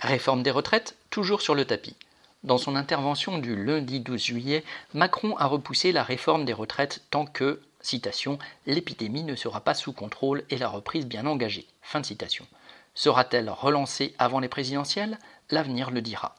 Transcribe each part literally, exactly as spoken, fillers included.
Réforme des retraites, toujours sur le tapis. Dans son intervention du lundi douze juillet, Macron a repoussé la réforme des retraites tant que, citation, « l'épidémie ne sera pas sous contrôle et la reprise bien engagée ». Fin de citation. Sera-t-elle relancée avant les présidentielles ? L'avenir le dira.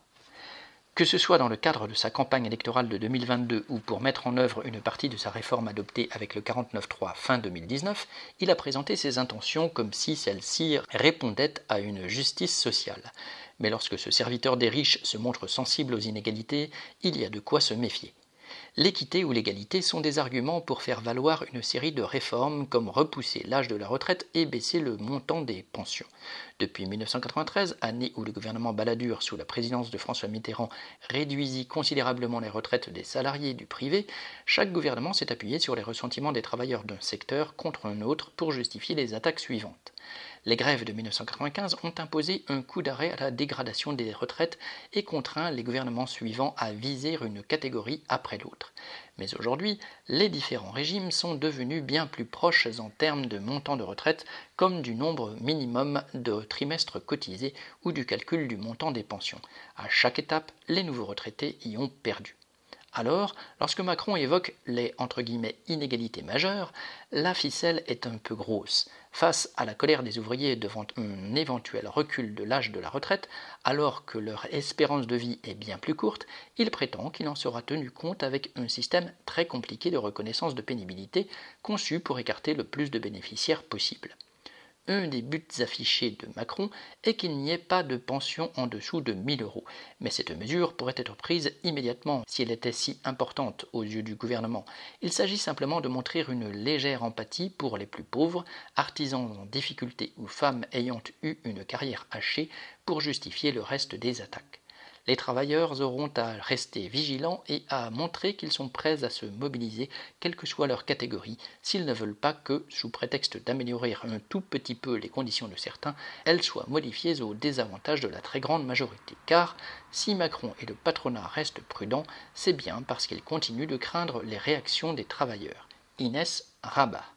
Que ce soit dans le cadre de sa campagne électorale de deux mille vingt-deux ou pour mettre en œuvre une partie de sa réforme adoptée avec le quarante-neuf trois fin deux mille dix-neuf, il a présenté ses intentions comme si celles-ci répondaient à une justice sociale. Mais lorsque ce serviteur des riches se montre sensible aux inégalités, il y a de quoi se méfier. L'équité ou l'égalité sont des arguments pour faire valoir une série de réformes comme repousser l'âge de la retraite et baisser le montant des pensions. Depuis mille neuf cent quatre-vingt-treize, année où le gouvernement Balladur, sous la présidence de François Mitterrand, réduisit considérablement les retraites des salariés du privé, chaque gouvernement s'est appuyé sur les ressentiments des travailleurs d'un secteur contre un autre pour justifier les attaques suivantes. Les grèves de mille neuf cent quatre-vingt-quinze ont imposé un coup d'arrêt à la dégradation des retraites et contraint les gouvernements suivants à viser une catégorie après l'autre. Mais aujourd'hui, les différents régimes sont devenus bien plus proches en termes de montant de retraite, comme du nombre minimum de trimestres cotisés ou du calcul du montant des pensions. À chaque étape, les nouveaux retraités y ont perdu. Alors, lorsque Macron évoque les entre guillemets, « inégalités majeures », la ficelle est un peu grosse. Face à la colère des ouvriers devant un éventuel recul de l'âge de la retraite, alors que leur espérance de vie est bien plus courte, il prétend qu'il en sera tenu compte avec un système très compliqué de reconnaissance de pénibilité conçu pour écarter le plus de bénéficiaires possible. Un des buts affichés de Macron est qu'il n'y ait pas de pension en dessous de mille euros. Mais cette mesure pourrait être prise immédiatement si elle était si importante aux yeux du gouvernement. Il s'agit simplement de montrer une légère empathie pour les plus pauvres, artisans en difficulté ou femmes ayant eu une carrière hachée pour justifier le reste des attaques. Les travailleurs auront à rester vigilants et à montrer qu'ils sont prêts à se mobiliser, quelle que soit leur catégorie, s'ils ne veulent pas que, sous prétexte d'améliorer un tout petit peu les conditions de certains, elles soient modifiées au désavantage de la très grande majorité. Car, si Macron et le patronat restent prudents, c'est bien parce qu'ils continuent de craindre les réactions des travailleurs. Inès Rabat.